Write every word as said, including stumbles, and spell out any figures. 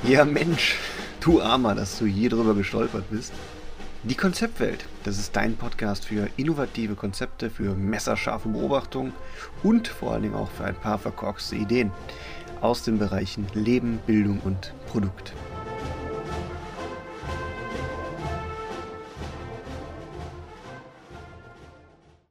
Ja Mensch, du Armer, dass du je drüber gestolpert bist. Die Konzeptwelt, das ist dein Podcast für innovative Konzepte, für messerscharfe Beobachtungen und vor allen Dingen auch für ein paar verkorkste Ideen aus den Bereichen Leben, Bildung und Produkt.